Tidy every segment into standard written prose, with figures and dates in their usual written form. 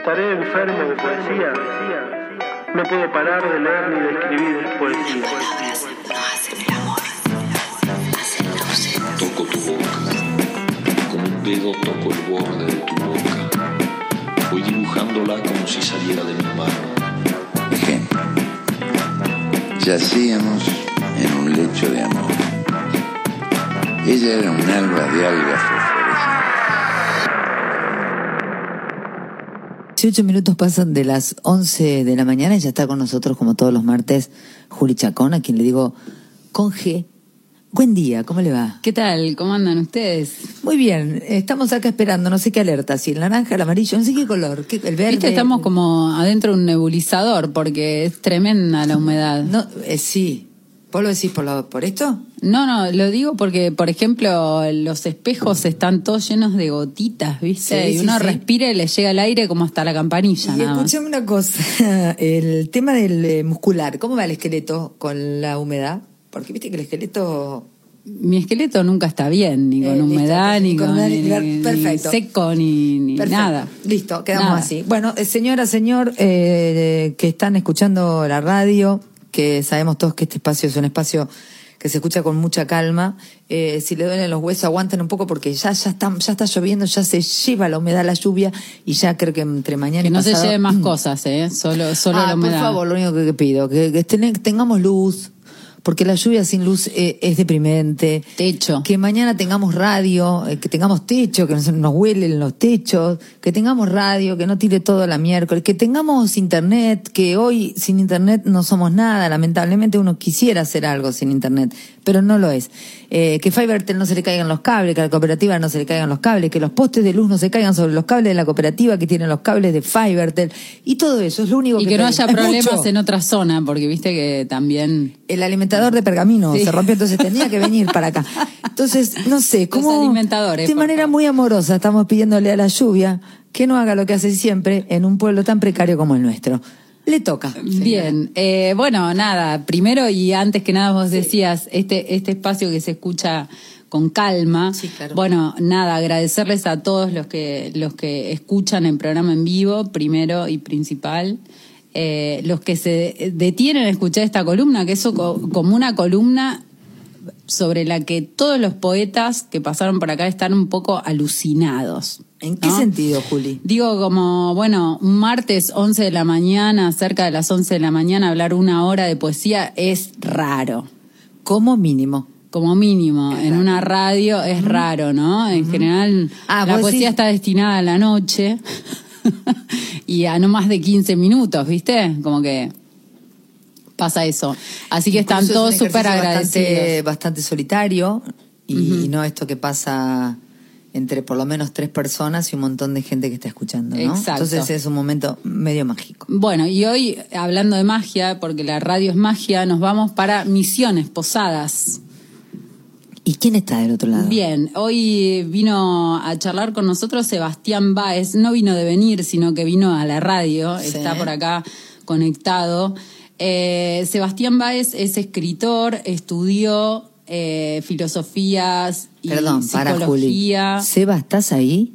Estaré enfermo de poesía. No puedo parar de leer ni de escribir poesía. Palabras no hacen el amor, hacen luces. Toco tu boca, con un dedo toco el borde de tu boca. Voy dibujándola como si saliera de mi mano. Ejemplo. Yacíamos en un lecho de amor. Ella era un alba de algas fosforescentes. 18 minutos pasan de las 11 de la mañana y ya está con nosotros, como todos los martes, Juli Chacón, a quien le digo con G. Buen día, ¿cómo le va? ¿Qué tal? ¿Cómo andan ustedes? Muy bien, estamos acá esperando, no sé qué alerta, si el naranja, el amarillo, no sé qué color, el verde. Viste, estamos como adentro de un nebulizador porque es tremenda la humedad. No, sí. ¿Vos lo decís por esto? No, lo digo porque, por ejemplo, los espejos están todos llenos de gotitas, ¿viste? Sí, y uno sí. respira y le llega el aire como hasta la campanilla. Y escuchame una cosa, el tema del muscular, ¿cómo va el esqueleto con la humedad? Porque viste que el esqueleto... Mi esqueleto nunca está bien, ni con humedad, ni perfecto. Seco, ni Perfecto. nada. Listo, quedamos Nada. así. Bueno, señora, señor, que están escuchando la radio, que sabemos todos que este espacio es un espacio que se escucha con mucha calma. Si le duelen los huesos, aguanten un poco porque ya está lloviendo, ya se lleva la humedad, la lluvia, y ya creo que entre mañana Que y no pasado... se lleve más cosas, solo la humedad. Por favor, lo único que pido, que tengamos luz, porque la lluvia sin luz es deprimente. Techo. Que mañana tengamos radio, que tengamos techo, que nos huelen los techos, que tengamos radio, que no tire todo la miércoles, que tengamos internet, que hoy sin internet no somos nada. Lamentablemente uno quisiera hacer algo sin internet, pero no lo es. Que Fivertel no se le caigan los cables, que a la cooperativa no se le caigan los cables, que los postes de luz no se caigan sobre los cables de la cooperativa que tienen los cables de Fivertel, y todo eso es lo único Y que que no pedimos. haya Es problemas mucho. en otra zona, porque viste que también... El alimentador de pergamino se rompió, entonces tenía que venir para acá. Entonces, no sé, Los cómo alimentadores, de por manera favor. muy amorosa estamos pidiéndole a la lluvia que no haga lo que hace siempre en un pueblo tan precario como el nuestro. Le toca. Bien, bueno, nada, primero y antes que nada vos decías, este espacio que se escucha con calma. Sí, claro. Bueno, nada, agradecerles a todos los que escuchan el programa en vivo, primero y principal. Los que se detienen a escuchar esta columna, que es como una columna sobre la que todos los poetas que pasaron por acá están un poco alucinados. ¿En qué ¿no? sentido, Juli? Digo, como, bueno, un martes 11 de la mañana, cerca de las 11 de la mañana, hablar una hora de poesía es raro. Como mínimo. Como mínimo, en una radio es raro, ¿no? En general, la vos poesía decís- está destinada a la noche y a no más de 15 minutos, ¿viste? Como que pasa eso. Así que están Incluso todos es un súper ejercicio agradecidos. bastante solitario y no esto que pasa entre por lo menos 3 personas y un montón de gente que está escuchando, ¿no? Exacto. Entonces es un momento medio mágico. Bueno, y hoy, hablando de magia, porque la radio es magia, nos vamos para Misiones, Posadas. ¿Y quién está del otro lado? Bien, hoy vino a charlar con nosotros Sebastián Báez, no vino de venir, sino que vino a la radio, Sí. está por acá conectado. Sebastián Báez es escritor, estudió filosofías y Perdón, para Juli. psicología. Seba, ¿estás ahí?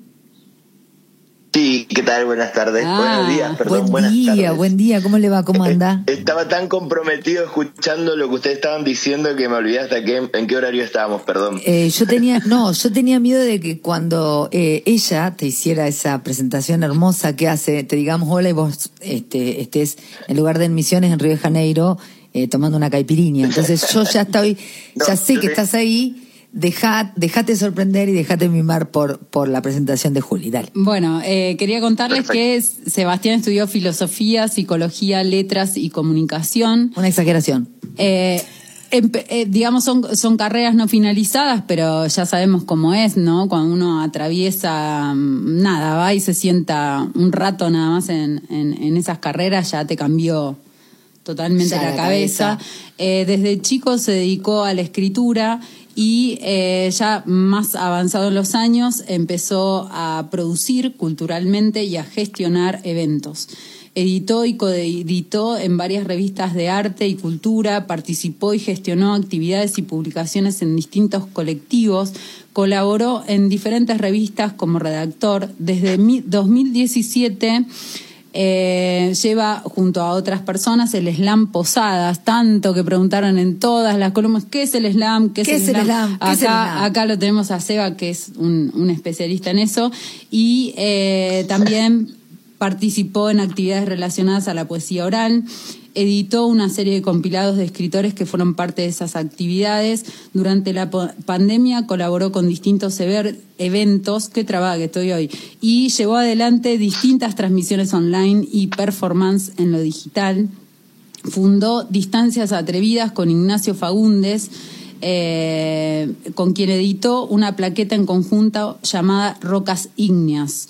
Sí, ¿qué tal? Buenas tardes. Buenos días, perdón, Buen buenas día, ¿cómo le va? ¿Cómo anda? Estaba tan comprometido escuchando lo que ustedes estaban diciendo que me olvidé hasta en qué horario estábamos, perdón. Yo tenía miedo de que cuando ella te hiciera esa presentación hermosa que hace, te digamos hola y vos estés en lugar de en Misiones en Río de Janeiro tomando una caipirinha. Entonces yo ya estoy, No, ya sé yo que te- estás ahí, dejate sorprender y dejate mimar por la presentación de Juli, dale. Bueno, quería contarles Perfecto. que Sebastián estudió filosofía, psicología, letras y comunicación. Una exageración. Digamos, son carreras no finalizadas, pero ya sabemos cómo es, ¿no? Cuando uno atraviesa, nada, va y se sienta un rato nada más en esas carreras, ya te cambió totalmente Ya la la cabeza. Desde chico se dedicó a la escritura y ya más avanzado en los años empezó a producir culturalmente y a gestionar eventos. editó y coeditó en varias revistas de arte y cultura, participó y gestionó actividades y publicaciones en distintos colectivos, colaboró en diferentes revistas como redactor. Desde 2017 lleva junto a otras personas el slam Posadas, tanto que preguntaron en todas las columnas ¿qué es el slam? ¿Qué es el slam? Acá lo tenemos a Seba, que es un especialista en eso, y también participó en actividades relacionadas a la poesía oral. Editó una serie de compilados de escritores que fueron parte de esas actividades. Durante la pandemia colaboró con distintos eventos, qué trabajo que estoy hoy, y llevó adelante distintas transmisiones online y performance en lo digital. Fundó Distancias Atrevidas con Ignacio Fagundes, con quien editó una plaqueta en conjunto llamada Rocas Ígneas.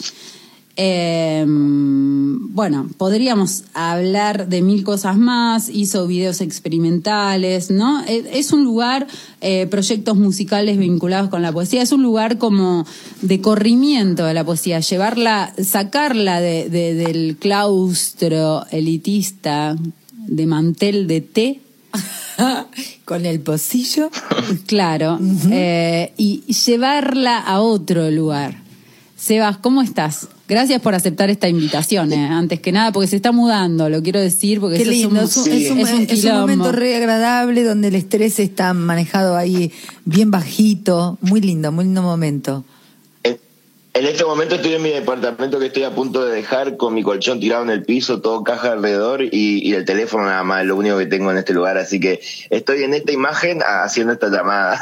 Bueno, podríamos hablar de mil cosas más. Hizo videos experimentales, ¿no? Es un lugar, proyectos musicales vinculados con la poesía. Es un lugar como de corrimiento de la poesía, sacarla del claustro elitista de mantel de té. Con el pocillo. Claro. Y llevarla a otro lugar. Sebas, ¿cómo estás? Gracias por aceptar esta invitación, antes que nada, porque se está mudando, lo quiero decir, porque qué lindo, es un momento re agradable donde el estrés está manejado ahí bien bajito, muy lindo momento. En este momento estoy en mi departamento que estoy a punto de dejar, con mi colchón tirado en el piso, todo caja alrededor y el teléfono nada más, lo único que tengo en este lugar, así que estoy en esta imagen haciendo esta llamada.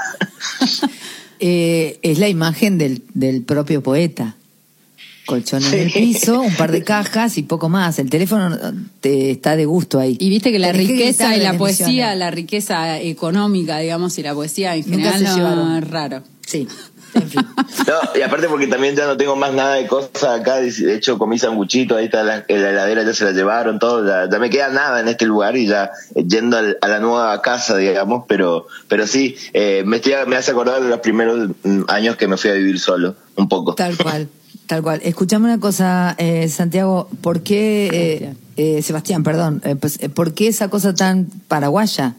Es la imagen del propio poeta. Colchón en el piso, un par de cajas y poco más. El teléfono te está de gusto ahí. Y viste que la riqueza y la poesía, la riqueza económica, digamos, y la poesía en general no es raro. Sí, en fin. No, y aparte porque también ya no tengo más nada de cosas acá. De hecho, comí sanguchito, ahí está la heladera, ya se la llevaron, todo. Ya me queda nada en este lugar y ya yendo a la nueva casa, digamos. Pero sí, me hace acordar de los primeros años que me fui a vivir solo, un poco. Tal cual. Escuchame una cosa, Santiago, ¿por qué, Sebastián, perdón, ¿por qué esa cosa tan paraguaya?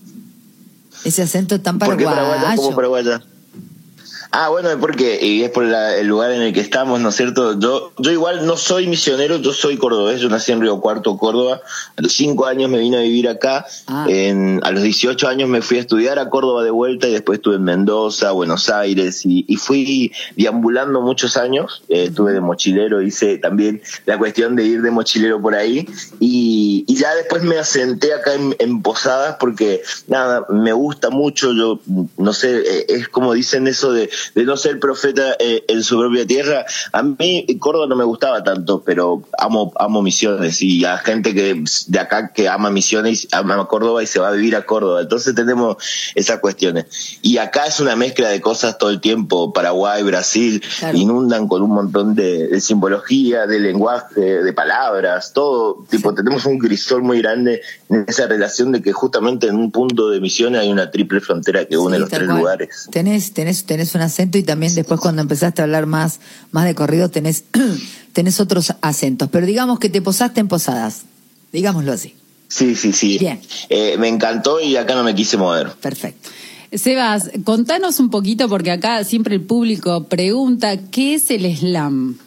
Ese acento tan paraguayo. ¿Por qué paraguaya? ¿Cómo paraguaya? Ah, bueno, y es por el lugar en el que estamos, ¿no es cierto? Yo igual no soy misionero, yo soy cordobés, yo nací en Río Cuarto, Córdoba. A los 5 años me vine a vivir acá, a los 18 años me fui a estudiar a Córdoba de vuelta y después estuve en Mendoza, Buenos Aires y fui deambulando muchos años, estuve de mochilero, hice también la cuestión de ir de mochilero por ahí y ya después me asenté acá en Posadas porque nada, me gusta mucho, yo no sé, es como dicen eso de no ser profeta en su propia tierra. A mí Córdoba no me gustaba tanto, pero amo Misiones y a gente que de acá que ama Misiones, ama Córdoba y se va a vivir a Córdoba. Entonces tenemos esas cuestiones. Y acá es una mezcla de cosas todo el tiempo. Paraguay, Brasil, claro, inundan con un montón de simbología, de lenguaje, de palabras, todo. Tipo, tenemos un crisol muy grande en esa relación de que justamente en un punto de Misiones hay una triple frontera que une los tres lugares. Tenés un acento y también después cuando empezaste a hablar más de corrido tenés otros acentos, pero digamos que te posaste en Posadas, digámoslo así. Sí. Bien. Me encantó y acá no me quise mover. Perfecto. Sebas, contanos un poquito, porque acá siempre el público pregunta, ¿qué es el slam?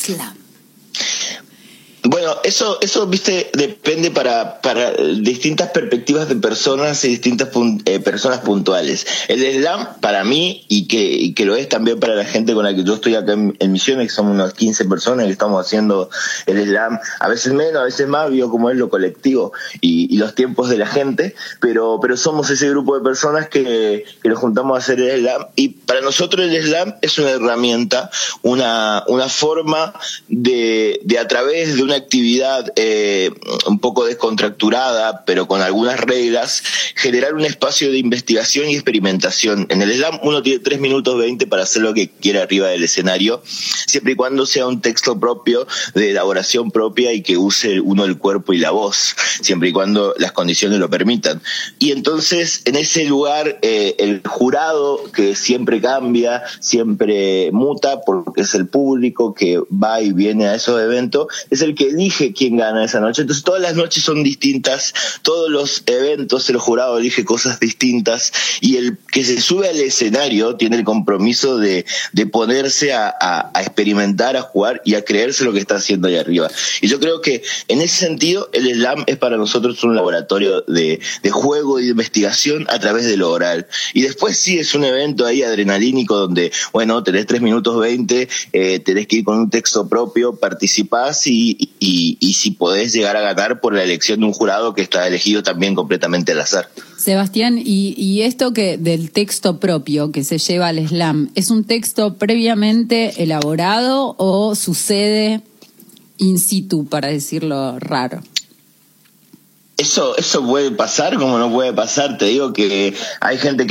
Bueno, eso viste, depende para distintas perspectivas de personas y distintas personas puntuales. El slam, para mí, y que lo es también para la gente con la que yo estoy acá en Misiones, que somos unas 15 personas que estamos haciendo el slam, a veces menos, a veces más, vivo como es lo colectivo y los tiempos de la gente, pero somos ese grupo de personas que nos juntamos a hacer el slam, y para nosotros el slam es una herramienta, una forma de a través de una actividad un poco descontracturada, pero con algunas reglas, generar un espacio de investigación y experimentación. En el slam uno tiene 3 minutos 20 para hacer lo que quiera arriba del escenario, siempre y cuando sea un texto propio, de elaboración propia y que use uno el cuerpo y la voz, siempre y cuando las condiciones lo permitan. Y entonces, en ese lugar, el jurado, que siempre cambia, siempre muta, porque es el público que va y viene a esos eventos, es el que elige quién gana esa noche. Entonces todas las noches son distintas, todos los eventos el jurado elige cosas distintas, y el que se sube al escenario tiene el compromiso de ponerse a experimentar, a jugar y a creerse lo que está haciendo ahí arriba. Y yo creo que en ese sentido el slam es para nosotros un laboratorio de juego y de investigación a través de lo oral. Y después sí es un evento ahí adrenalínico donde, bueno, tenés 3 minutos 20, tenés que ir con un texto propio, participás y si podés llegar a ganar por la elección de un jurado que está elegido también completamente al azar. Sebastián, y esto que del texto propio que se lleva al slam, ¿es un texto previamente elaborado o sucede in situ, para decirlo raro? Eso puede pasar como no puede pasar. Te digo que hay gente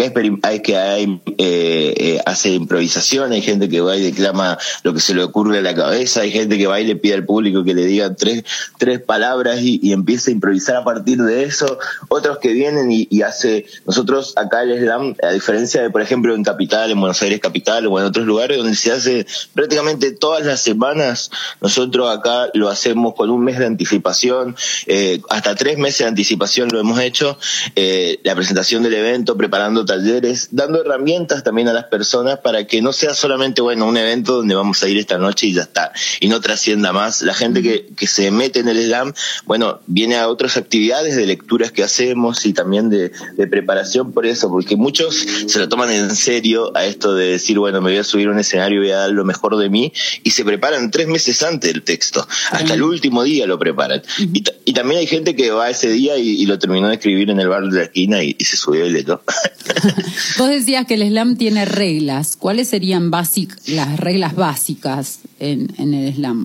que hace improvisación, hay gente que va y declama lo que se le ocurre a la cabeza, hay gente que va y le pide al público que le diga tres palabras y empieza a improvisar a partir de eso. Otros que vienen y hace. Nosotros acá el slam, a diferencia de, por ejemplo, en Capital, en Buenos Aires Capital o en otros lugares donde se hace prácticamente todas las semanas, nosotros acá lo hacemos con un mes de anticipación, hasta 3 meses de anticipación lo hemos hecho, la presentación del evento, preparando talleres, dando herramientas también a las personas para que no sea solamente, bueno, un evento donde vamos a ir esta noche y ya está, y no trascienda más. La gente que se mete en el slam, bueno, viene a otras actividades de lecturas que hacemos y también de preparación por eso, porque muchos se lo toman en serio a esto de decir, bueno, me voy a subir a un escenario y voy a dar lo mejor de mí, y se preparan 3 meses antes del texto, hasta el último día lo preparan. Y también hay gente que va a ese día y lo terminó de escribir en el bar de la esquina y se subió y leyó. Vos decías que el slam tiene reglas. ¿Cuáles serían las reglas básicas en el slam?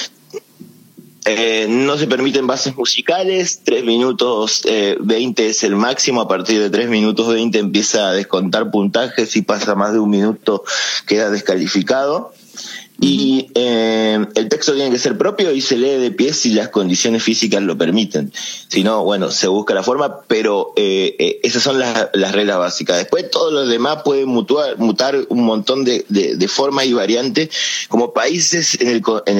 No se permiten bases musicales, 3 minutos 20 es el máximo, a partir de 3 minutos 20 empieza a descontar puntajes, si pasa más de 1 minuto queda descalificado. Y el texto tiene que ser propio y se lee de pie si las condiciones físicas lo permiten. Si no, bueno, se busca la forma, pero esas son las reglas básicas. Después todo lo demás puede mutar un montón de formas y variantes, como países en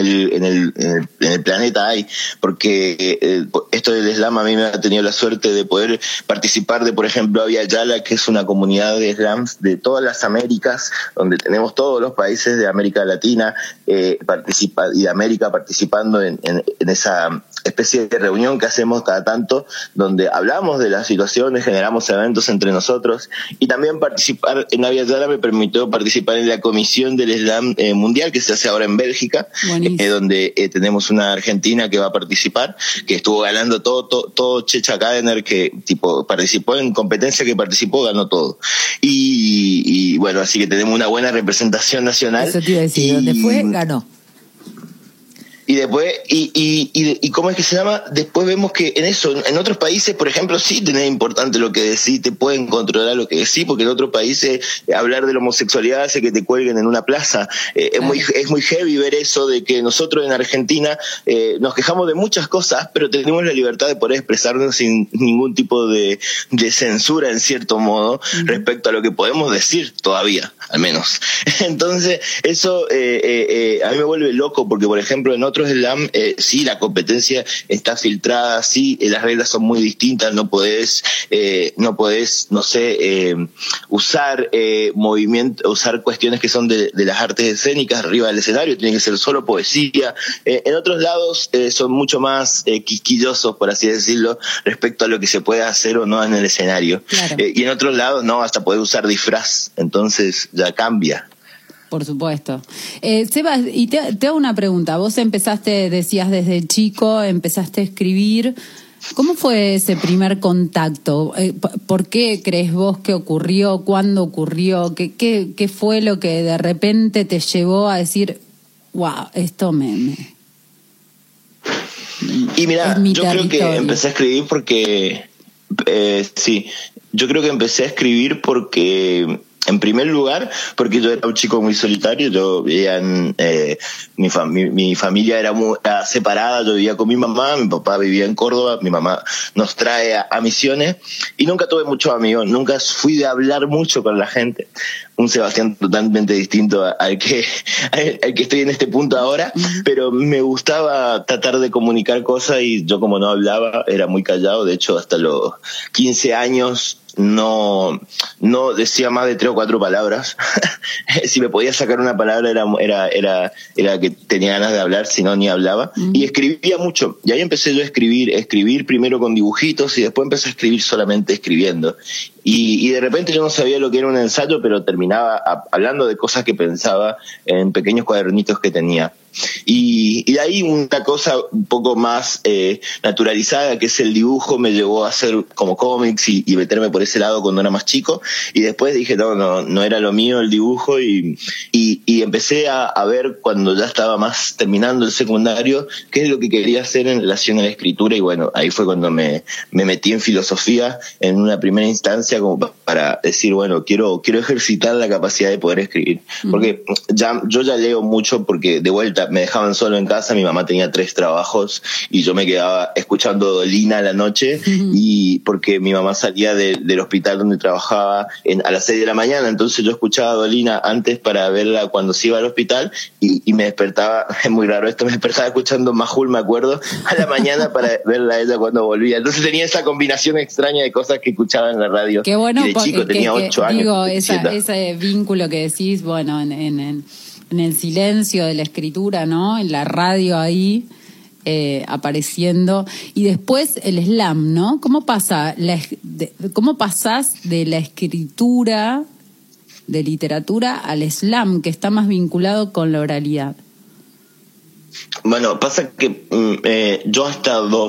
el planeta hay, porque esto del slam a mí me ha tenido la suerte de poder participar de, por ejemplo, Avia Yala, que es una comunidad de slams de todas las Américas, donde tenemos todos los países de América Latina y de América participando en esa especie de reunión que hacemos cada tanto, donde hablamos de las situaciones, generamos eventos entre nosotros, y también participar en Avia Yala me permitió participar en la comisión del slam mundial que se hace ahora en Bélgica, donde tenemos una argentina que va a participar, que estuvo ganando todo Checha Kadener, que tipo participó en competencia que participó, ganó todo. Y bueno, así que tenemos una buena representación nacional. Eso te iba a decir, donde fue, ganó. Y después, y ¿cómo es que se llama? Después vemos que en otros países, por ejemplo, sí tenés importante lo que decís, te pueden controlar lo que decís, porque en otros países hablar de la homosexualidad hace que te cuelguen en una plaza. Es muy heavy ver eso, de que nosotros en Argentina nos quejamos de muchas cosas, pero tenemos la libertad de poder expresarnos sin ningún tipo de censura, en cierto modo, respecto a lo que podemos decir todavía, al menos. Entonces, eso a mí me vuelve loco, porque, por ejemplo, en otros slam, sí, la competencia está filtrada, sí, las reglas son muy distintas, no podés, no sé, usar usar cuestiones que son de las artes escénicas arriba del escenario, tiene que ser solo poesía. En otros lados son mucho más quisquillosos, por así decirlo, respecto a lo que se puede hacer o no en el escenario. Claro. Y en otros lados no, hasta poder usar disfraz, entonces ya cambia. Por supuesto. Sebas, y te hago una pregunta. Vos decías desde chico, empezaste a escribir. ¿Cómo fue ese primer contacto? ¿Por qué crees vos que ocurrió? ¿Cuándo ocurrió? ¿Qué fue lo que de repente te llevó a decir, wow, esto Y mira, yo creo que empecé a escribir porque... yo creo que empecé a escribir porque En primer lugar, porque yo era un chico muy solitario, yo vivía mi familia era separada, yo vivía con mi mamá, mi papá vivía en Córdoba, mi mamá nos trae a Misiones, y nunca tuve muchos amigos, nunca fui de hablar mucho con la gente. Un Sebastián totalmente distinto al que estoy en este punto ahora, pero me gustaba tratar de comunicar cosas, y yo, como no hablaba, era muy callado. De hecho, hasta los 15 años no decía más de 3 o 4 palabras. Si me podía sacar una palabra era que tenía ganas de hablar, si no, ni hablaba. Y escribía mucho, y ahí empecé yo a escribir primero con dibujitos, y después empecé a escribir solamente escribiendo. Y de repente yo no sabía lo que era un ensayo, pero terminaba hablando de cosas que pensaba en pequeños cuadernitos que tenía. Y de ahí una cosa un poco más naturalizada, que es el dibujo, me llevó a hacer como cómics y meterme por ese lado cuando era más chico. Y después dije, no era lo mío el dibujo, y empecé a ver, cuando ya estaba más terminando el secundario, qué es lo que quería hacer en relación a la escritura. Y bueno, ahí fue cuando me metí en filosofía en una primera instancia, como para decir, bueno, quiero ejercitar la capacidad de poder escribir. Porque yo ya leo mucho, porque de vuelta me dejaban solo en casa, mi mamá tenía 3 trabajos y yo me quedaba escuchando Dolina a la noche, y porque mi mamá salía del hospital donde trabajaba a las 6 de la mañana, entonces yo escuchaba Dolina antes para verla cuando se iba al hospital, y me despertaba, es muy raro esto, me despertaba escuchando Majul, me acuerdo, a la mañana para verla a ella cuando volvía. Entonces tenía esa combinación extraña de cosas que escuchaba en la radio. Qué bueno, y de chico tenía 8 años. Digo, ese vínculo que decís, bueno, en el silencio de la escritura, ¿no? En la radio ahí, apareciendo. Y después el slam, ¿no? ¿Cómo pasás de la escritura de literatura al slam, que está más vinculado con la oralidad? Bueno, pasa que yo hasta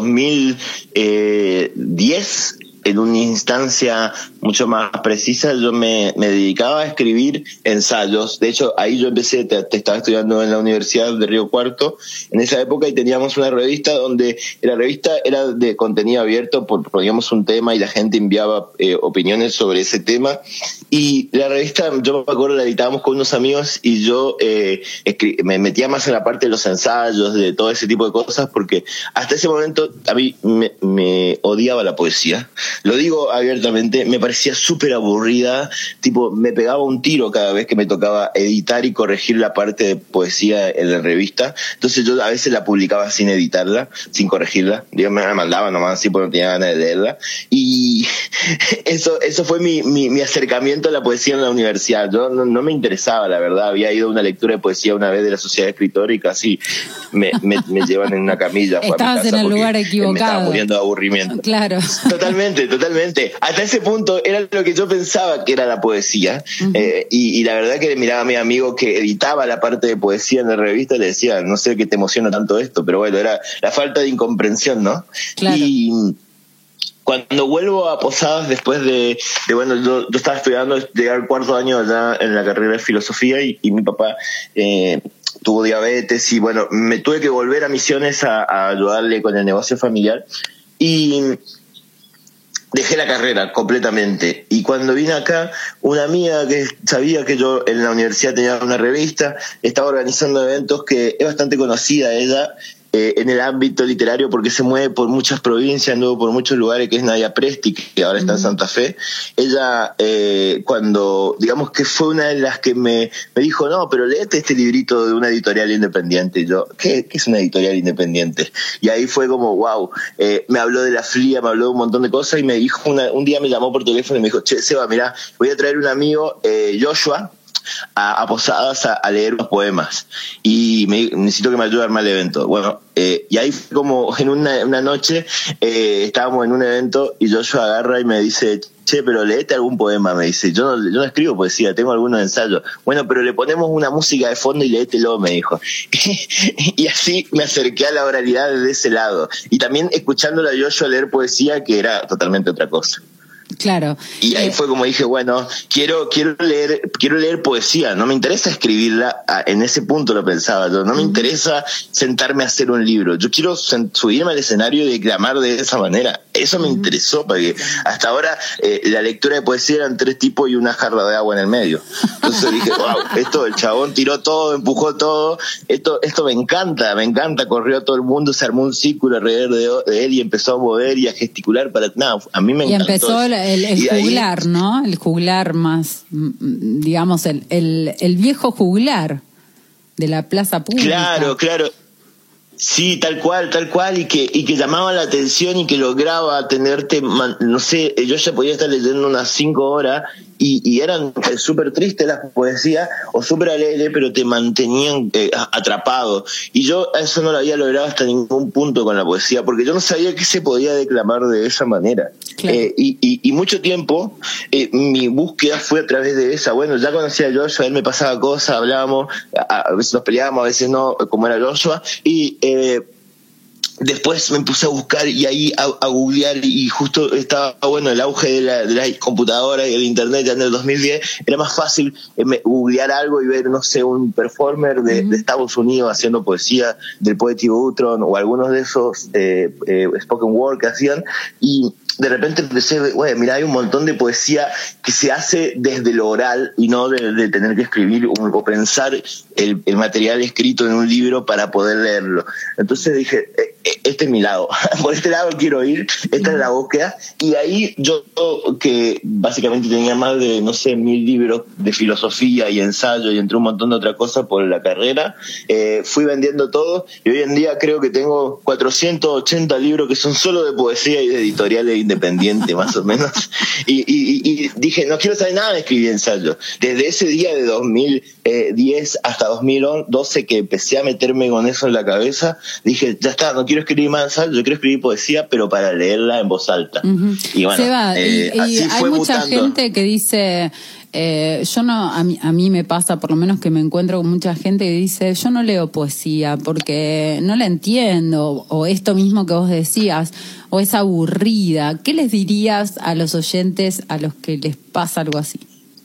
2010, en una instancia mucho más precisa, yo me dedicaba a escribir ensayos. De hecho, ahí yo empecé, te estaba estudiando en la Universidad de Río Cuarto en esa época, y teníamos una revista donde la revista era de contenido abierto, poníamos un tema y la gente enviaba opiniones sobre ese tema. Y la revista, yo me acuerdo, la editábamos con unos amigos, y yo me metía más en la parte de los ensayos, de todo ese tipo de cosas, porque hasta ese momento a mí me odiaba la poesía. Lo digo abiertamente, me parecía súper aburrida, tipo, me pegaba un tiro cada vez que me tocaba editar y corregir la parte de poesía en la revista. Entonces yo a veces la publicaba sin editarla, sin corregirla. Digo, me la mandaba nomás así porque no tenía ganas de leerla. Y eso fue mi acercamiento a la poesía en la universidad. Yo no me interesaba, la verdad. Había ido a una lectura de poesía una vez de la Sociedad de Escritores, y casi me llevan en una camilla. Estabas en el lugar equivocado. Me estaba muriendo de aburrimiento. Claro. Totalmente. Hasta ese punto era lo que yo pensaba que era la poesía. Y la verdad que miraba a mi amigo que editaba la parte de poesía en la revista, y le decía, no sé qué te emociona tanto esto, pero bueno, era la falta de incomprensión, ¿no? Claro. Y cuando vuelvo a Posadas, después de bueno, yo estaba estudiando, llegué al 4º año allá en la carrera de filosofía, y mi papá tuvo diabetes, y bueno, me tuve que volver a Misiones a ayudarle con el negocio familiar, y dejé la carrera completamente. Y cuando vine acá, una amiga que sabía que yo en la universidad tenía una revista, estaba organizando eventos, que es bastante conocida ella en el ámbito literario, porque se mueve por muchas provincias, anduvo por muchos lugares, que es Nadia Presti, que ahora está en Santa Fe. Ella, cuando, digamos que fue una de las que me dijo, no, pero léete este librito de una editorial independiente. Y yo, ¿qué es una editorial independiente? Y ahí fue como, wow, me habló de la FLIA, me habló de un montón de cosas, y me dijo, un día me llamó por teléfono y me dijo, che, Seba, mirá, voy a traer un amigo, Joshua, a Posadas a leer unos poemas, y necesito que me ayude a armar el evento. Bueno, y ahí fue como en una noche, estábamos en un evento, y Joshua agarra y me dice, che, pero léete algún poema, me dice. Yo no escribo poesía, tengo algunos ensayos. Bueno, pero le ponemos una música de fondo y léetelo, me dijo. Y así me acerqué a la oralidad desde ese lado, y también escuchándolo a Joshua leer poesía, que era totalmente otra cosa. Claro. Y ahí fue como dije, bueno, quiero leer poesía, no me interesa escribirla, en ese punto lo pensaba yo, no me interesa sentarme a hacer un libro, yo quiero subirme al escenario y declamar de esa manera. eso me interesó, porque hasta ahora la lectura de poesía eran 3 tipos y una jarra de agua en el medio. Entonces dije, wow, esto, el chabón tiró todo, empujó todo, esto me encanta, corrió todo el mundo, se armó un círculo alrededor de él y empezó a mover y a gesticular para nada, a mí me encantó. Y empezó el juglar, ahí, ¿no? El juglar más, digamos, el viejo juglar de la plaza pública. Claro. Sí, tal cual, y que llamaba la atención y que lograba tenerte, no sé, yo ya podía estar leyendo unas 5 horas y eran súper tristes las poesías o súper alegres, pero te mantenían atrapado. Y yo eso no lo había logrado hasta ningún punto con la poesía, porque yo no sabía que se podía declamar de esa manera. Claro. Y mucho tiempo mi búsqueda fue a través de esa. Bueno, ya conocía a Joshua, él me pasaba cosas, hablábamos, a veces nos peleábamos, a veces no, como era Joshua, y después me puse a buscar y ahí a googlear, y justo estaba bueno el auge de la computadora y el internet ya en el 2010. Era más fácil googlear algo y ver, no sé, un performer de Estados Unidos haciendo poesía del Poetic Utron o algunos de esos spoken word que hacían, y de repente empecé, mira, hay un montón de poesía que se hace desde lo oral y no de tener que escribir o pensar el material escrito en un libro para poder leerlo. Entonces dije, este es mi lado, por este lado quiero ir, esta es la búsqueda. Y ahí yo, que básicamente tenía más de, no sé, 1000 libros de filosofía y ensayo y entre un montón de otras cosas por la carrera, fui vendiendo todo, y hoy en día creo que tengo 480 libros que son solo de poesía y de editoriales independientes, más o menos. Y dije, no quiero saber nada de escribir ensayo. Desde ese día de 2010 hasta 2012 que empecé a meterme con eso en la cabeza, dije, ya está, no quiero escribir más ensayo, yo quiero escribir poesía, pero para leerla en voz alta. Y bueno, Seba, y así hay fue mucha mutando. gente que dice, yo no, a mí me pasa por lo menos que me encuentro con mucha gente que dice, yo no leo poesía porque no la entiendo, o esto mismo que vos decías, o es aburrida. ¿Qué les dirías a los oyentes a los que les pasa algo así?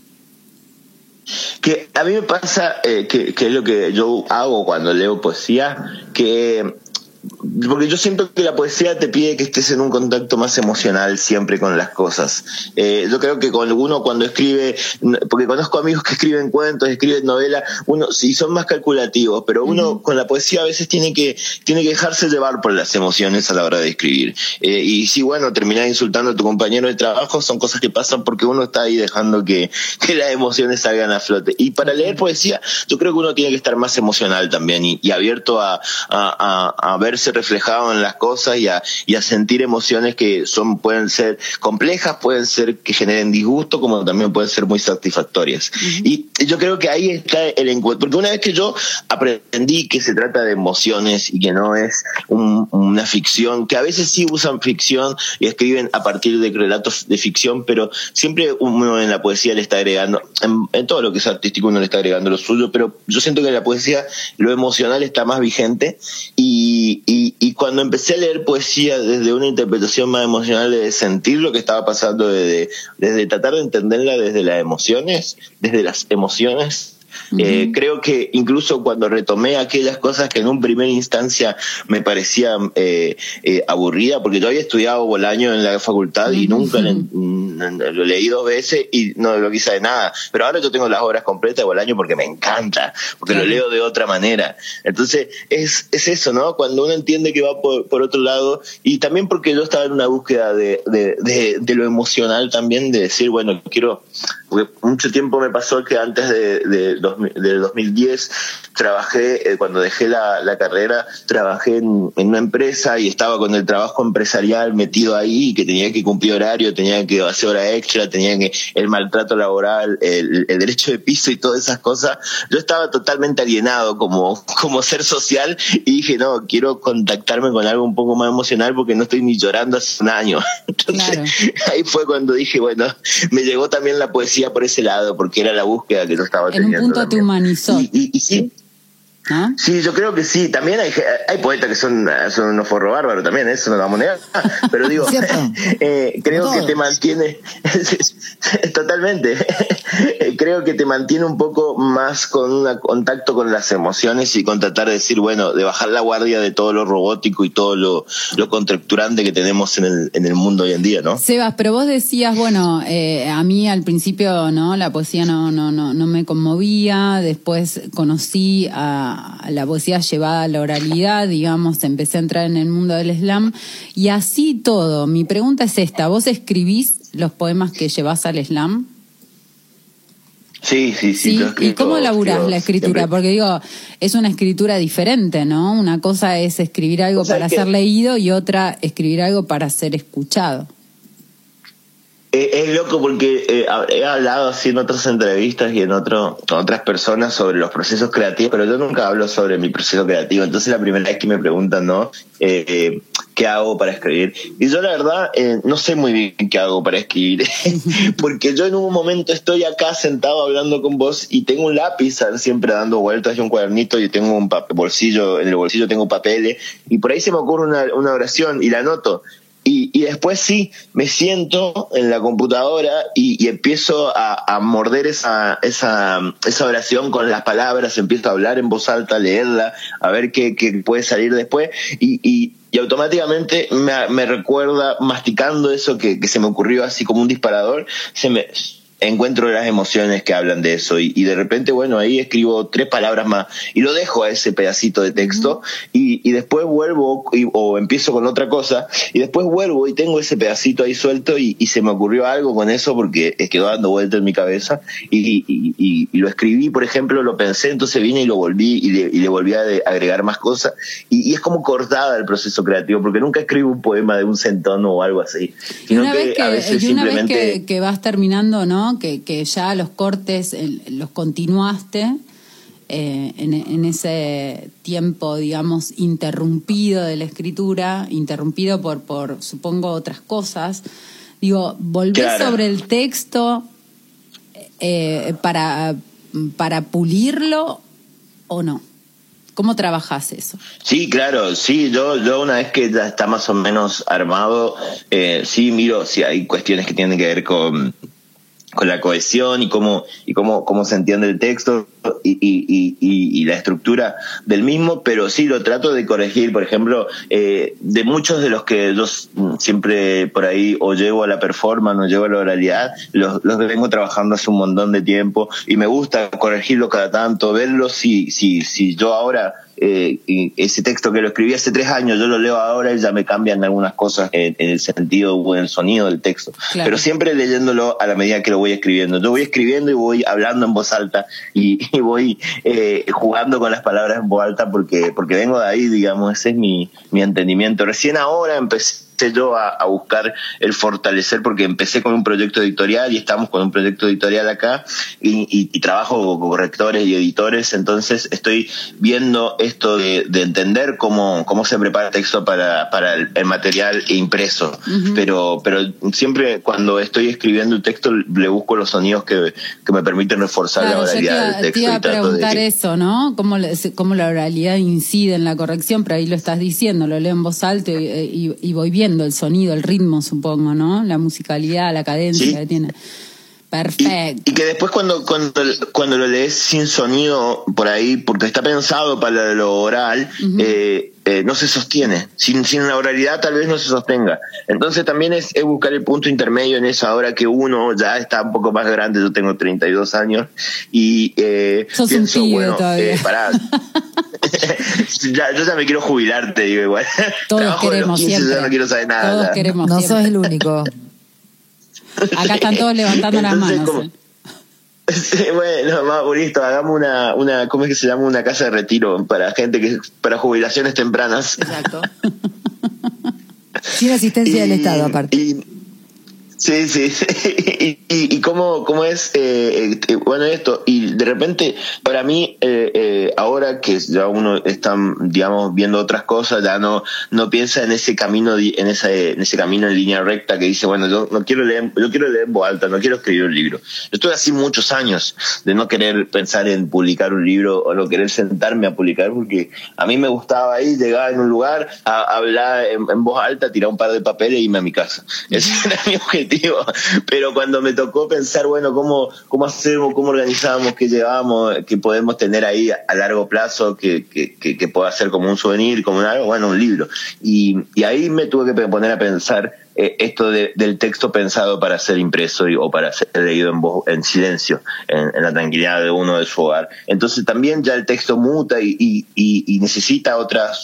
Que a mí me pasa que es lo que yo hago cuando leo poesía, porque yo siento que la poesía te pide que estés en un contacto más emocional siempre con las cosas. Yo creo que con uno cuando escribe, porque conozco amigos que escriben cuentos, escriben novelas, uno sí son más calculativos, pero uno con la poesía a veces tiene que dejarse llevar por las emociones a la hora de escribir. Y sí, bueno, terminar insultando a tu compañero de trabajo son cosas que pasan porque uno está ahí dejando que las emociones salgan a flote. Y para leer poesía, yo creo que uno tiene que estar más emocional también y abierto a verse reflejado en las cosas y a sentir emociones que pueden ser complejas, pueden ser que generen disgusto, como también pueden ser muy satisfactorias. Y yo creo que ahí está el encuentro, porque una vez que yo aprendí que se trata de emociones y que no es una ficción, que a veces sí usan ficción y escriben a partir de relatos de ficción, pero siempre uno en la poesía le está agregando, en todo lo que es artístico uno le está agregando lo suyo, pero yo siento que en la poesía lo emocional está más vigente, y cuando empecé a leer poesía desde una interpretación más emocional, de sentir lo que estaba pasando, desde tratar de entenderla desde las emociones, creo que incluso cuando retomé aquellas cosas que en un primer instancia me parecían aburridas, porque yo había estudiado Bolaño en la facultad y nunca lo leí 2 veces y no lo quise de nada, pero ahora yo tengo las obras completas de Bolaño porque me encanta, porque lo leo de otra manera. Entonces es eso, ¿no? Cuando uno entiende que va por otro lado, y también porque yo estaba en una búsqueda de lo emocional también, de decir, bueno, porque mucho tiempo me pasó que antes del 2010 trabajé, cuando dejé la carrera, trabajé en una empresa y estaba con el trabajo empresarial metido ahí, que tenía que cumplir horario, tenía que hacer hora extra, tenía que el maltrato laboral, el derecho de piso y todas esas cosas. Yo estaba totalmente alienado como ser social, y dije, no, quiero contactarme con algo un poco más emocional porque no estoy ni llorando hace un año. Entonces, ahí fue cuando dije, bueno, me llegó también la poesía por ese lado, porque era la búsqueda que yo estaba teniendo. En un punto también. Te humanizó. Y sí, ¿no? Sí, yo creo que sí. También hay poetas que son unos forros bárbaros también, eso no lo vamos a negar. Pero digo, creo que te mantiene totalmente. Creo que te mantiene un poco más con un contacto con las emociones y con tratar de decir, bueno, de bajar la guardia de todo lo robótico y todo lo contracturante que tenemos en el mundo hoy en día, ¿no? Sebas, pero vos decías, bueno, a mí al principio no, la poesía no me conmovía, después conocí a la poesía llevada a la oralidad, digamos, empecé a entrar en el mundo del slam y así todo. Mi pregunta es esta, ¿vos escribís los poemas que llevás al slam? Sí. ¿Y cómo laburás la escritura? Siempre. Porque digo, es una escritura diferente, ¿no? Una cosa es escribir algo para ser leído y otra escribir algo para ser escuchado. Es loco porque he hablado así en otras entrevistas y con otras personas sobre los procesos creativos, pero yo nunca hablo sobre mi proceso creativo. Entonces la primera vez que me preguntan, ¿no? ¿Qué hago para escribir? Y yo la verdad no sé muy bien qué hago para escribir, porque yo en un momento estoy acá sentado hablando con vos y tengo un lápiz siempre dando vueltas y un cuadernito y tengo un bolsillo, en el bolsillo tengo papeles y por ahí se me ocurre una oración y la anoto. Y después sí, me siento en la computadora y empiezo a morder esa oración con las palabras, empiezo a hablar en voz alta, a leerla, a ver qué puede salir después y automáticamente me recuerda, masticando eso que se me ocurrió así como un disparador, encuentro las emociones que hablan de eso y de repente, bueno, ahí escribo 3 palabras más y lo dejo a ese pedacito de texto y después vuelvo o empiezo con otra cosa y después vuelvo y tengo ese pedacito ahí suelto y se me ocurrió algo con eso porque quedó dando vuelta en mi cabeza y lo escribí, por ejemplo, lo pensé, entonces vine y lo volví y le volví a agregar más cosas y es como cortada el proceso creativo porque nunca escribo un poema de un centón o algo así, sino que a veces simplemente... Una vez que vas terminando, ¿no? Que ya los cortes los continuaste en ese tiempo, digamos, interrumpido de la escritura, interrumpido por supongo otras cosas. Digo, ¿volvés sobre el texto para pulirlo o no? ¿Cómo trabajás eso? Sí, claro, sí, yo una vez que ya está más o menos armado, sí miro si hay cuestiones que tienen que ver con la cohesión y cómo se entiende el texto y la estructura del mismo, pero sí lo trato de corregir. Por ejemplo, de muchos de los que yo siempre por ahí o llevo a la performance o llevo a la oralidad, los vengo trabajando hace un montón de tiempo y me gusta corregirlo cada tanto, verlos si yo ahora ese texto que lo escribí hace 3 años, yo lo leo ahora y ya me cambian algunas cosas en el sentido o en el sonido del texto. Claro. Pero siempre leyéndolo a la medida que lo voy escribiendo. Yo voy escribiendo y voy hablando en voz alta y voy jugando con las palabras en voz alta porque vengo de ahí, digamos, ese es mi entendimiento. Recién ahora empecé yo a buscar el fortalecer porque empecé con un proyecto editorial y estamos con un proyecto editorial acá y trabajo con correctores y editores, entonces estoy viendo esto de entender cómo se prepara el texto para el material impreso. Uh-huh. Pero siempre cuando estoy escribiendo un texto le busco los sonidos que me permiten reforzar la oralidad del texto. Te iba a preguntar eso, ¿no? ¿Cómo la oralidad incide en la corrección? Pero ahí lo estás diciendo, lo leo en voz alta y voy viendo el sonido, el ritmo, supongo, ¿no? La musicalidad, la cadencia, ¿sí?, que tiene. Perfecto. Y que después cuando lo lees sin sonido por ahí, porque está pensado para lo oral, uh-huh, no se sostiene. Sin la oralidad tal vez no se sostenga. Entonces también es buscar el punto intermedio en eso, ahora que uno ya está un poco más grande, yo tengo 32 años, y sos pienso, un pibe bueno, todavía. Pará. Yo ya me quiero jubilar, te digo igual. Todos Trabajo queremos de los 15, siempre. ya no quiero saber nada. Todos queremos no siempre. sos el único. Acá están todos levantando entonces, las manos. Bueno, listo, hagamos una ¿cómo es que se llama? Una casa de retiro para gente para jubilaciones tempranas. Exacto. Sin asistencia del Estado, aparte. Sí. Y cómo es, bueno, esto, y de repente, para mí, ahora que ya uno está, digamos, viendo otras cosas, ya no piensa en ese camino, en ese camino en línea recta que dice, bueno, yo quiero leer en voz alta, no quiero escribir un libro. Yo estuve así muchos años de no querer pensar en publicar un libro o no querer sentarme a publicar, porque a mí me gustaba ahí, llegar en un lugar, a hablar en voz alta, tirar un par de papeles e irme a mi casa. Ese era mi objetivo. Pero cuando me tocó pensar, bueno, cómo hacemos, cómo organizamos, qué llevamos, qué podemos tener ahí a largo plazo, que pueda ser como un souvenir, como algo, bueno, un libro. Y ahí me tuve que poner a pensar esto del texto pensado para ser impreso o para ser leído en silencio, en la tranquilidad de uno, de su hogar. Entonces también ya el texto muta y necesita otras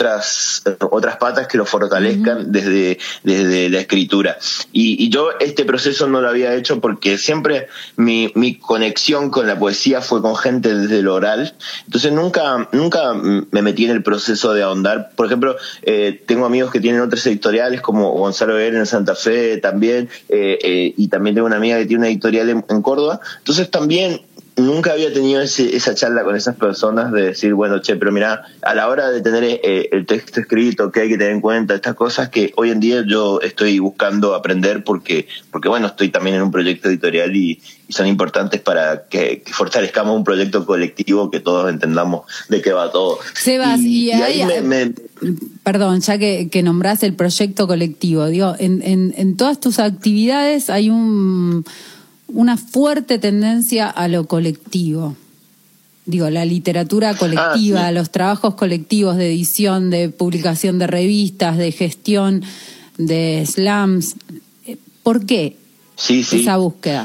patas que lo fortalezcan desde la escritura. Y yo este proceso no lo había hecho porque siempre mi conexión con la poesía fue con gente desde lo oral. Entonces nunca me metí en el proceso de ahondar. Por ejemplo, tengo amigos que tienen otras editoriales como Gonzalo en Santa Fe también, y también tengo una amiga que tiene una editorial en Córdoba. Entonces también nunca había tenido esa charla con esas personas de decir, bueno, pero mira, a la hora de tener el texto escrito, que hay que tener en cuenta estas cosas que hoy en día yo estoy buscando aprender porque bueno, estoy también en un proyecto editorial y son importantes para que fortalezcamos un proyecto colectivo, que todos entendamos de qué va todo. Sebas, y ahí perdón, ya que nombrás el proyecto colectivo, digo, en todas tus actividades hay una fuerte tendencia a lo colectivo. Digo, la literatura colectiva, sí. Los trabajos colectivos de edición, de publicación de revistas, de gestión, de slams. ¿Por qué esa búsqueda?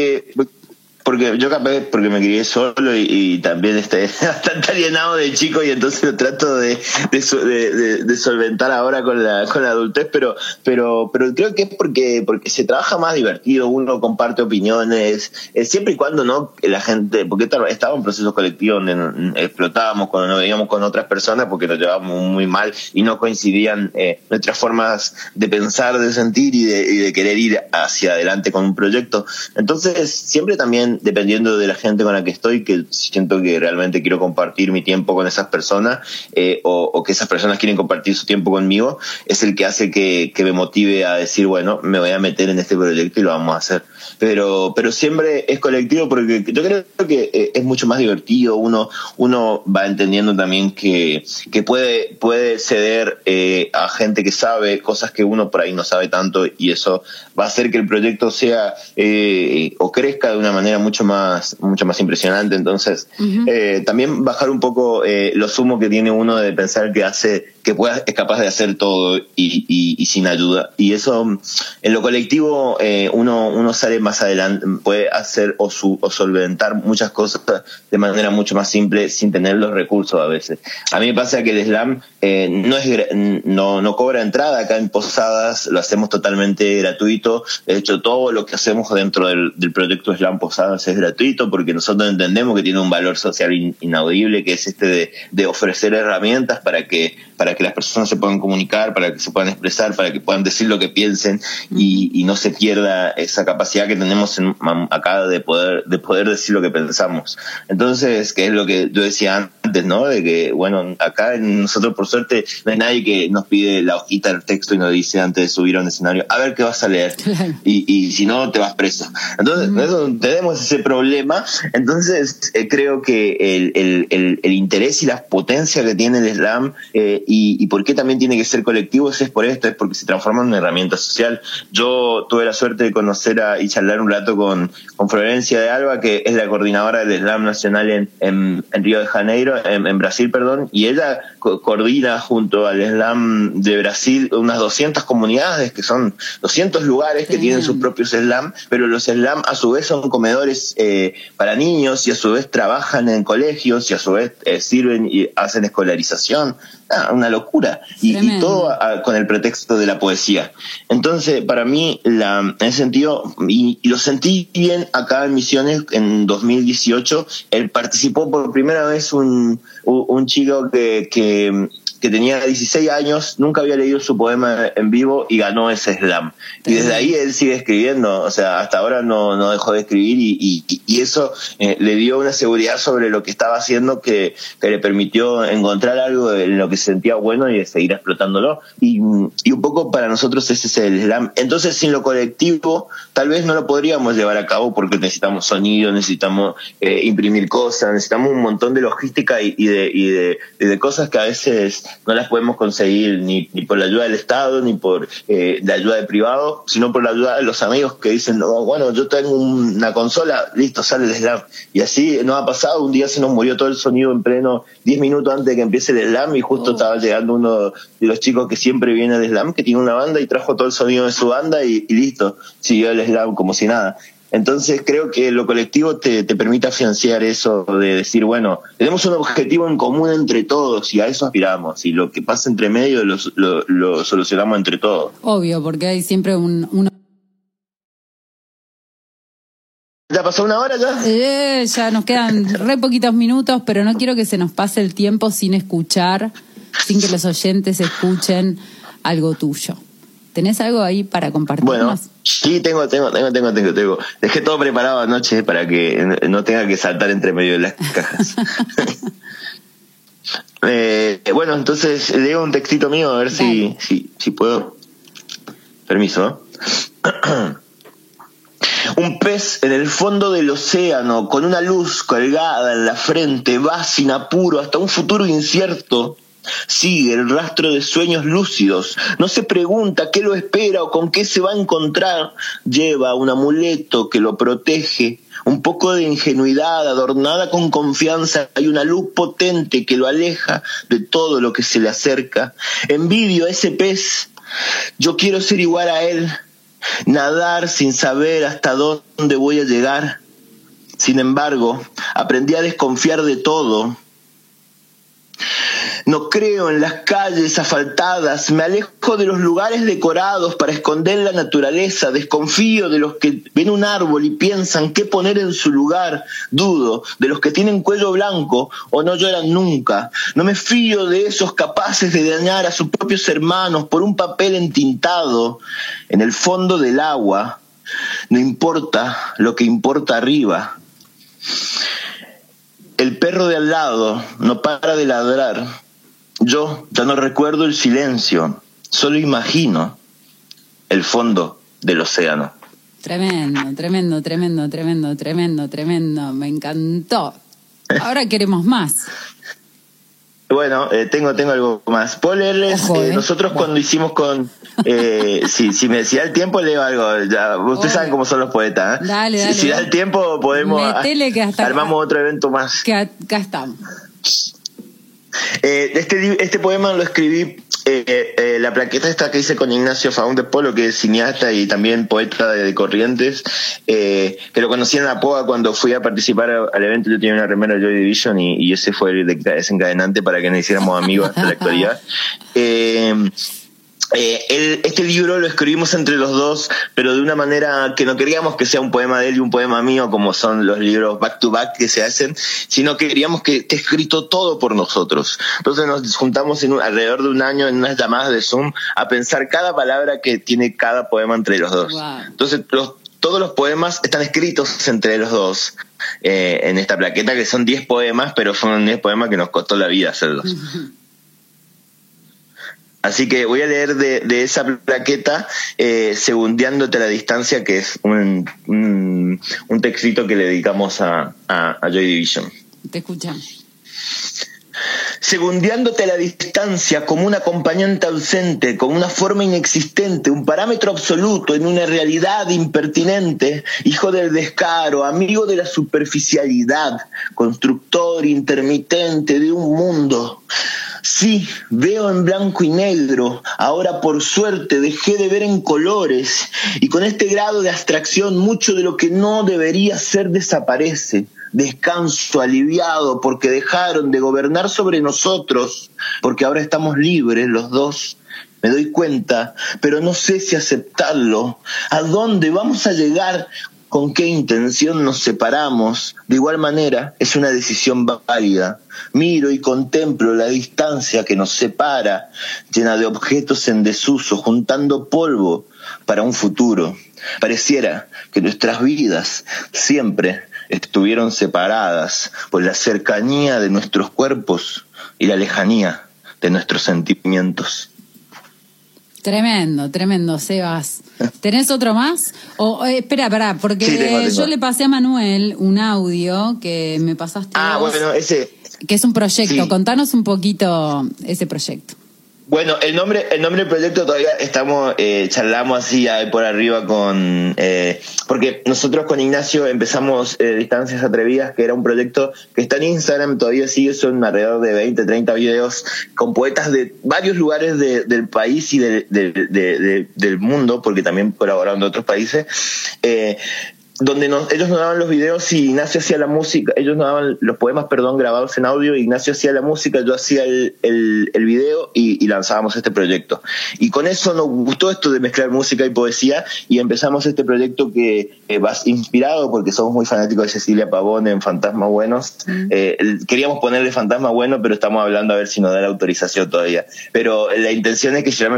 Porque yo capaz, porque me crié solo y también estoy bastante alienado de chico, y entonces lo trato de solventar ahora con la adultez, pero creo que es porque se trabaja más divertido, uno comparte opiniones, siempre y cuando no la gente, porque estaba en procesos colectivos donde explotábamos cuando nos veíamos con otras personas porque nos llevábamos muy mal y no coincidían nuestras formas de pensar, de sentir y de querer ir hacia adelante con un proyecto. Entonces siempre también, dependiendo de la gente con la que estoy, que siento que realmente quiero compartir mi tiempo con esas personas, o que esas personas quieren compartir su tiempo conmigo, es el que hace que me motive a decir, bueno, me voy a meter en este proyecto y lo vamos a hacer. Pero siempre es colectivo, porque yo creo que es mucho más divertido, uno va entendiendo también que puede ceder a gente que sabe cosas que uno por ahí no sabe tanto, y eso va a hacer que el proyecto sea o crezca de una manera mucho más impresionante. Entonces, también bajar un poco los humos que tiene uno de pensar que es capaz de hacer todo y sin ayuda. Y eso, en lo colectivo, uno sale más adelante, puede hacer o solventar muchas cosas de manera mucho más simple sin tener los recursos a veces. A mí me pasa que el slam no cobra entrada acá en Posadas, lo hacemos totalmente gratuito. De hecho, todo lo que hacemos dentro del proyecto Slam Posadas es gratuito, porque nosotros entendemos que tiene un valor social inaudible, que es de ofrecer herramientas para que las personas se puedan comunicar, para que se puedan expresar, para que puedan decir lo que piensen, y no se pierda esa capacidad que tenemos acá de poder decir lo que pensamos. Entonces, que es lo que yo decía antes, ¿no? De que, bueno, acá nosotros por suerte no hay nadie que nos pide la hojita del texto y nos dice antes de subir a un escenario, a ver qué vas a leer, y si no te vas preso. Entonces, tenemos ese problema. Entonces, creo que el interés y la potencia que tiene el slam, y por qué también tiene que ser colectivo, es porque se transforma en una herramienta social. Yo tuve la suerte de conocer y charlar un rato con Florencia de Alba, que es la coordinadora del slam nacional en Río de Janeiro, en Brasil, perdón, y ella coordina junto al slam de Brasil unas 200 comunidades, que son 200 lugares que tienen sus propios slam, pero los slam a su vez son comedores para niños, y a su vez trabajan en colegios, y a su vez sirven y hacen escolarización. Una locura, y todo con el pretexto de la poesía. Entonces, para mí, en ese sentido, y lo sentí bien acá en Misiones en 2018, participó por primera vez un chico que que tenía 16 años, nunca había leído su poema en vivo y ganó ese slam. Y desde ahí él sigue escribiendo, o sea, hasta ahora no dejó de escribir y eso le dio una seguridad sobre lo que estaba haciendo que le permitió encontrar algo en lo que se sentía bueno y de seguir explotándolo. Y un poco para nosotros ese es el slam. Entonces, sin lo colectivo, tal vez no lo podríamos llevar a cabo porque necesitamos sonido, necesitamos imprimir cosas, necesitamos un montón de logística y de cosas que a veces no las podemos conseguir ni por la ayuda del Estado, ni por la ayuda de privado, sino por la ayuda de los amigos que dicen, oh, bueno, yo tengo una consola, listo, sale el slam. Y así nos ha pasado, un día se nos murió todo el sonido en pleno 10 minutos antes de que empiece el slam y justo estaba llegando uno de los chicos que siempre viene al slam, que tiene una banda y trajo todo el sonido de su banda y listo, siguió el slam como si nada. Entonces creo que lo colectivo te permite afianzar eso de decir, bueno, tenemos un objetivo en común entre todos y a eso aspiramos y lo que pasa entre medio lo solucionamos entre todos. Obvio, porque hay siempre un... ¿Ya pasó una hora ya? Ya nos quedan re poquitos minutos, pero no quiero que se nos pase el tiempo sin escuchar, sin que los oyentes escuchen algo tuyo. ¿Tenés algo ahí para compartirnos? Bueno, sí, tengo. Dejé todo preparado anoche para que no tenga que saltar entre medio de las cajas. Bueno, entonces leo un textito mío a ver si puedo. Permiso. Un pez en el fondo del océano, con una luz colgada en la frente, va sin apuro hasta un futuro incierto. Sigue el rastro de sueños lúcidos, no se pregunta qué lo espera o con qué se va a encontrar. Lleva un amuleto que lo protege, un poco de ingenuidad adornada con confianza y una luz potente que lo aleja de todo lo que se le acerca. Envidio a ese pez, yo quiero ser igual a él, nadar sin saber hasta dónde voy a llegar. Sin embargo, aprendí a desconfiar de todo. No creo en las calles asfaltadas, me alejo de los lugares decorados para esconder la naturaleza, desconfío de los que ven un árbol y piensan qué poner en su lugar, dudo de los que tienen cuello blanco o no lloran nunca, no me fío de esos capaces de dañar a sus propios hermanos por un papel entintado. En el fondo del agua no importa lo que importa arriba. El perro de al lado no para de ladrar. Yo ya no recuerdo el silencio, solo imagino el fondo del océano. Tremendo. Me encantó. Ahora queremos más. Bueno, tengo algo más. ¿Puedo leerles? Nosotros cuando hicimos con... si me da el tiempo, leo algo. Ya, ustedes saben cómo son los poetas. Dale. Si da el tiempo, podemos... armamos otro evento más. Que acá estamos. Este poema lo escribí, la plaqueta esta que hice con Ignacio Faún de Polo, que es cineasta y también poeta de Corrientes, que lo conocí en la POA cuando fui a participar al evento. Yo tenía una remera de Joy Division y ese fue el desencadenante para que nos hiciéramos amigos hasta la actualidad. Este libro lo escribimos entre los dos, pero de una manera que no queríamos que sea un poema de él y un poema mío, como son los libros back to back que se hacen, sino que queríamos que esté escrito todo por nosotros. Entonces nos juntamos alrededor de un año en unas llamadas de Zoom a pensar cada palabra que tiene cada poema entre los dos. Wow. Entonces todos los poemas están escritos entre los dos en esta plaqueta, que son 10 poemas, pero fueron 10 poemas que nos costó la vida hacerlos. Así que voy a leer de esa plaqueta, Segundeándote a la distancia, que es un textito que le dedicamos a Joy Division. Te escuchamos. Segundeándote a la distancia como un acompañante ausente, como una forma inexistente, un parámetro absoluto en una realidad impertinente, hijo del descaro, amigo de la superficialidad, constructor intermitente de un mundo. Sí, veo en blanco y negro, ahora por suerte dejé de ver en colores, y con este grado de abstracción mucho de lo que no debería ser desaparece. Descanso aliviado porque dejaron de gobernar sobre nosotros, porque ahora estamos libres los dos. Me doy cuenta, pero no sé si aceptarlo. ¿A dónde vamos a llegar con qué intención nos separamos, de igual manera es una decisión válida. Miro y contemplo la distancia que nos separa, llena de objetos en desuso, juntando polvo para un futuro. Pareciera que nuestras vidas siempre estuvieron separadas por la cercanía de nuestros cuerpos y la lejanía de nuestros sentimientos. Tremendo, tremendo, Sebas. ¿Tenés otro más? Espera, porque sí, tengo. Yo le pasé a Manuel un audio que me pasaste vos, bueno, ese... que es un proyecto. Sí. Contanos un poquito ese proyecto. Bueno, el nombre del proyecto todavía estamos, charlamos así por arriba porque nosotros con Ignacio empezamos Distancias Atrevidas, que era un proyecto que está en Instagram, todavía sigue, son alrededor de 20, 30 videos con poetas de varios lugares del país y del mundo, porque también colaboraron de otros países, donde ellos nos daban los videos y Ignacio hacía la música, ellos nos daban los poemas, grabados en audio, Ignacio hacía la música, yo hacía el video y lanzábamos este proyecto. Y con eso nos gustó esto de mezclar música y poesía y empezamos este proyecto que va inspirado, porque somos muy fanáticos de Cecilia Pavone en Fantasmas Buenos. Queríamos ponerle Fantasma Bueno, pero estamos hablando a ver si nos da la autorización todavía. Pero la intención es que se llame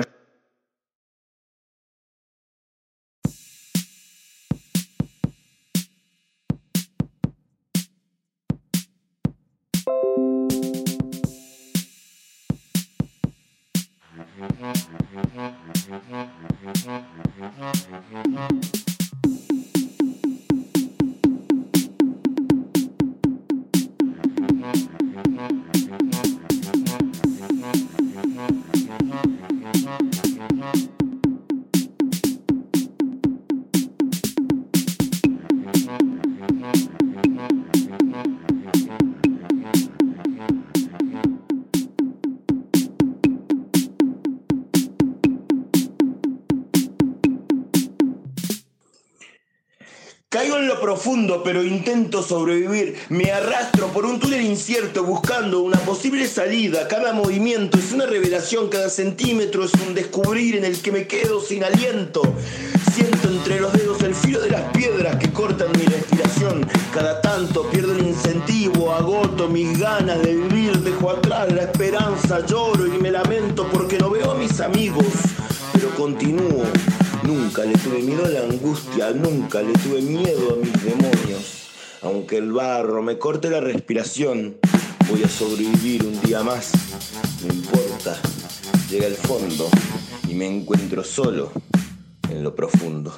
Caigo en lo profundo, pero intento sobrevivir. Me arrastro por un túnel incierto buscando una posible salida. Cada movimiento es una revelación, cada centímetro es un descubrir en el que me quedo sin aliento. Siento entre los dedos el filo de las piedras que cortan mi respiración. Cada tanto pierdo el incentivo, agoto mis ganas de vivir. Dejo atrás la esperanza, lloro y me lamento porque no veo a mis amigos. Pero continúo. Nunca le tuve miedo a la angustia, nunca le tuve miedo a mis demonios. Aunque el barro me corte la respiración, voy a sobrevivir un día más. No importa, llega el fondo y me encuentro solo en lo profundo.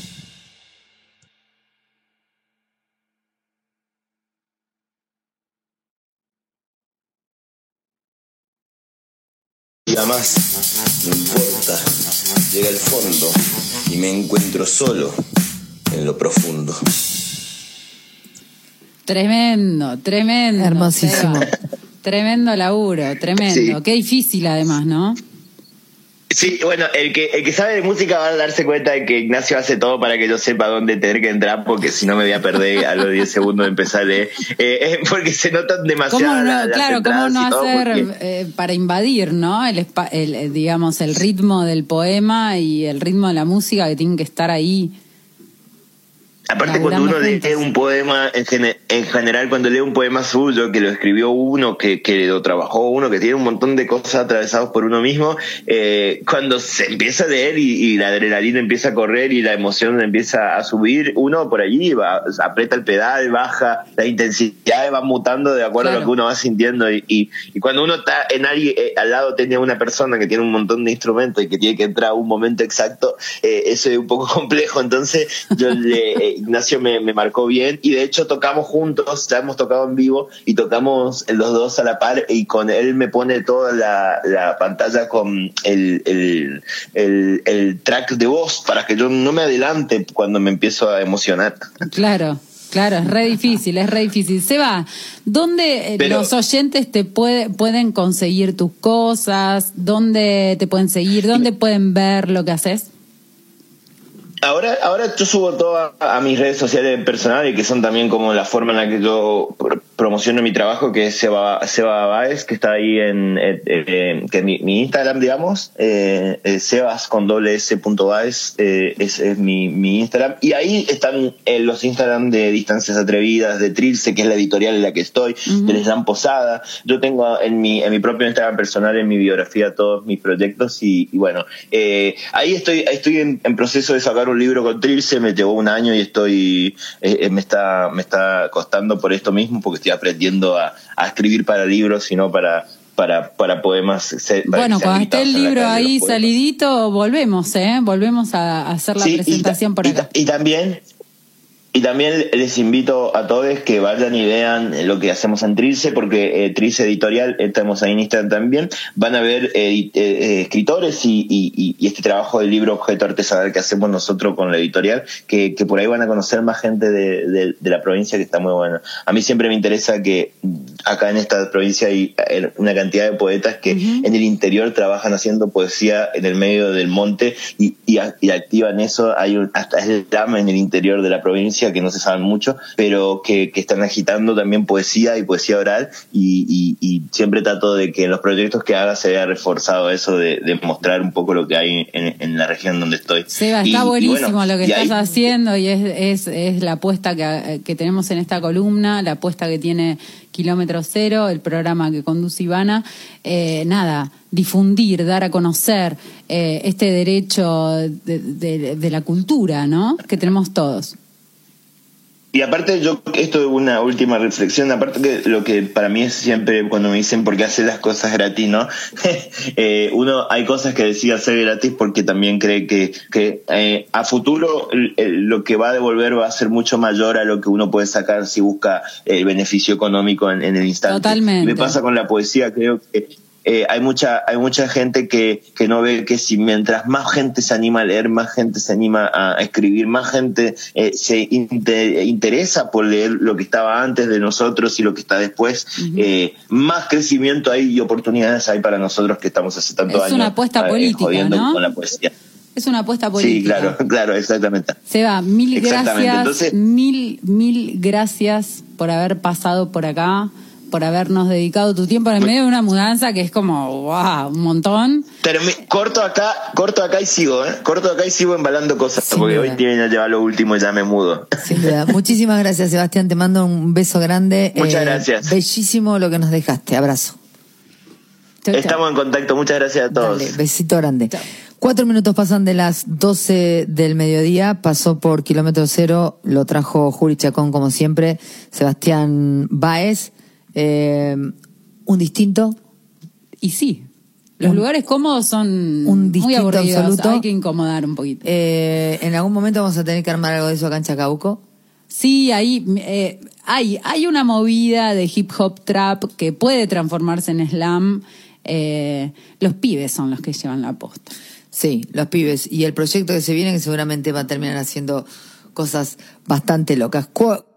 Un día más, no importa, llega el fondo y me encuentro solo en lo profundo. Tremendo, tremendo. Hermosísimo. Seba. Tremendo laburo, tremendo. Sí. Qué difícil además, ¿no? Sí, bueno, el que sabe de música va a darse cuenta de que Ignacio hace todo para que yo sepa dónde tener que entrar, porque si no me voy a perder a los 10 segundos de empezar a leer, porque se notan demasiado. ¿Cómo no, las cómo no todo, hacer porque... para invadir, ¿no? Digamos, el ritmo del poema y el ritmo de la música que tienen que estar ahí. Aparte, cuando uno lee un poema, en general, cuando lee un poema suyo, que lo escribió uno, que lo trabajó uno, que tiene un montón de cosas atravesadas por uno mismo, cuando se empieza a leer y la adrenalina empieza a correr y la emoción empieza a subir, uno por allí aprieta el pedal, baja, la intensidad va mutando de acuerdo a lo que uno va sintiendo. Y cuando uno está en alguien, al lado tiene una persona que tiene un montón de instrumentos y que tiene que entrar a un momento exacto, eso es un poco complejo. Entonces, Ignacio me marcó bien, y de hecho tocamos juntos, ya hemos tocado en vivo y tocamos los dos a la par, y con él me pone toda la pantalla con el track de voz para que yo no me adelante cuando me empiezo a emocionar. Claro, es re difícil. Seba, ¿dónde los oyentes te pueden conseguir tus cosas? ¿Dónde te pueden seguir? ¿Dónde pueden ver lo que haces? Ahora yo subo todo a mis redes sociales personales, que son también como la forma en la que yo promociono mi trabajo, que es Seba Baez, que está ahí que es mi Instagram, digamos, Sebas con @s.baez, es mi Instagram, y ahí están los Instagram de Distancias Atrevidas, de Trilce, que es la editorial en la que estoy, de Slam Posada. Yo tengo en mi propio Instagram personal, en mi biografía, todos mis proyectos, y bueno, ahí estoy en proceso de sacar un libro con Trilce. Me llevó un año y estoy me está costando por esto mismo, porque estoy aprendiendo a escribir para libros y no para poemas. Bueno, cuando esté el libro ahí salidito, volvemos a hacer la presentación por acá. Y también les invito a todos que vayan y vean lo que hacemos en Trilce, porque Trilce Editorial, estamos ahí en Instagram también, van a ver escritores y este trabajo del libro objeto artesanal que hacemos nosotros con la editorial, que por ahí van a conocer más gente de la provincia, que está muy bueno. A mí siempre me interesa que acá en esta provincia hay una cantidad de poetas que en el interior trabajan haciendo poesía en el medio del monte y activan eso. Hay hasta slam en el interior de la provincia, que no se saben mucho, pero que están agitando también poesía y poesía oral, y siempre trato de que en los proyectos que haga se vea reforzado eso de mostrar un poco lo que hay en la región donde estoy. Seba, está buenísimo lo que estás haciendo, y es la apuesta que tenemos en esta columna, la apuesta que tiene Kilómetro Cero, el programa que conduce Ivana. Difundir, dar a conocer este derecho de la cultura, ¿no?, que tenemos todos. Y aparte, esto es una última reflexión, aparte que lo que para mí es siempre cuando me dicen por qué hacer las cosas gratis, ¿no? Uno, hay cosas que decide hacer gratis porque también cree que a futuro lo que va a devolver va a ser mucho mayor a lo que uno puede sacar si busca el beneficio económico en el instante. Totalmente. Me pasa con la poesía, creo que hay mucha gente que no ve que si mientras más gente se anima a leer, más gente se anima a escribir, más gente se interesa por leer lo que estaba antes de nosotros y lo que está después, más crecimiento hay y oportunidades hay para nosotros que estamos hace tantos años. Es una apuesta política, ¿no? Con la poesía. Es una apuesta política. Sí, claro, exactamente. Seba, mil gracias. Entonces, mil gracias por haber pasado por acá, por habernos dedicado tu tiempo en el medio de una mudanza que es como, wow, un montón. Corto acá y sigo, Corto acá y sigo embalando cosas, porque hoy tienen a llevar lo último y ya me mudo. Sin duda. Muchísimas gracias, Sebastián. Te mando un beso grande. Muchas gracias. Bellísimo lo que nos dejaste. Abrazo. Chau, Estamos en contacto. Muchas gracias a todos. Dale, besito grande. Chau. 4 minutos pasan de las 12 del mediodía. Pasó por Kilómetro Cero. Lo trajo Juli Chacón, como siempre. Sebastián Baez. Un distinto. Y sí, los lugares cómodos son un muy aburridos, absoluto. hay que incomodar un poquito. En algún momento vamos a tener que armar algo de eso acá en Chacabuco. Sí, ahí hay una movida de hip hop trap que puede transformarse en slam. Los pibes son los que llevan la posta. Sí, los pibes. Y el proyecto que se viene, que seguramente va a terminar haciendo cosas bastante locas.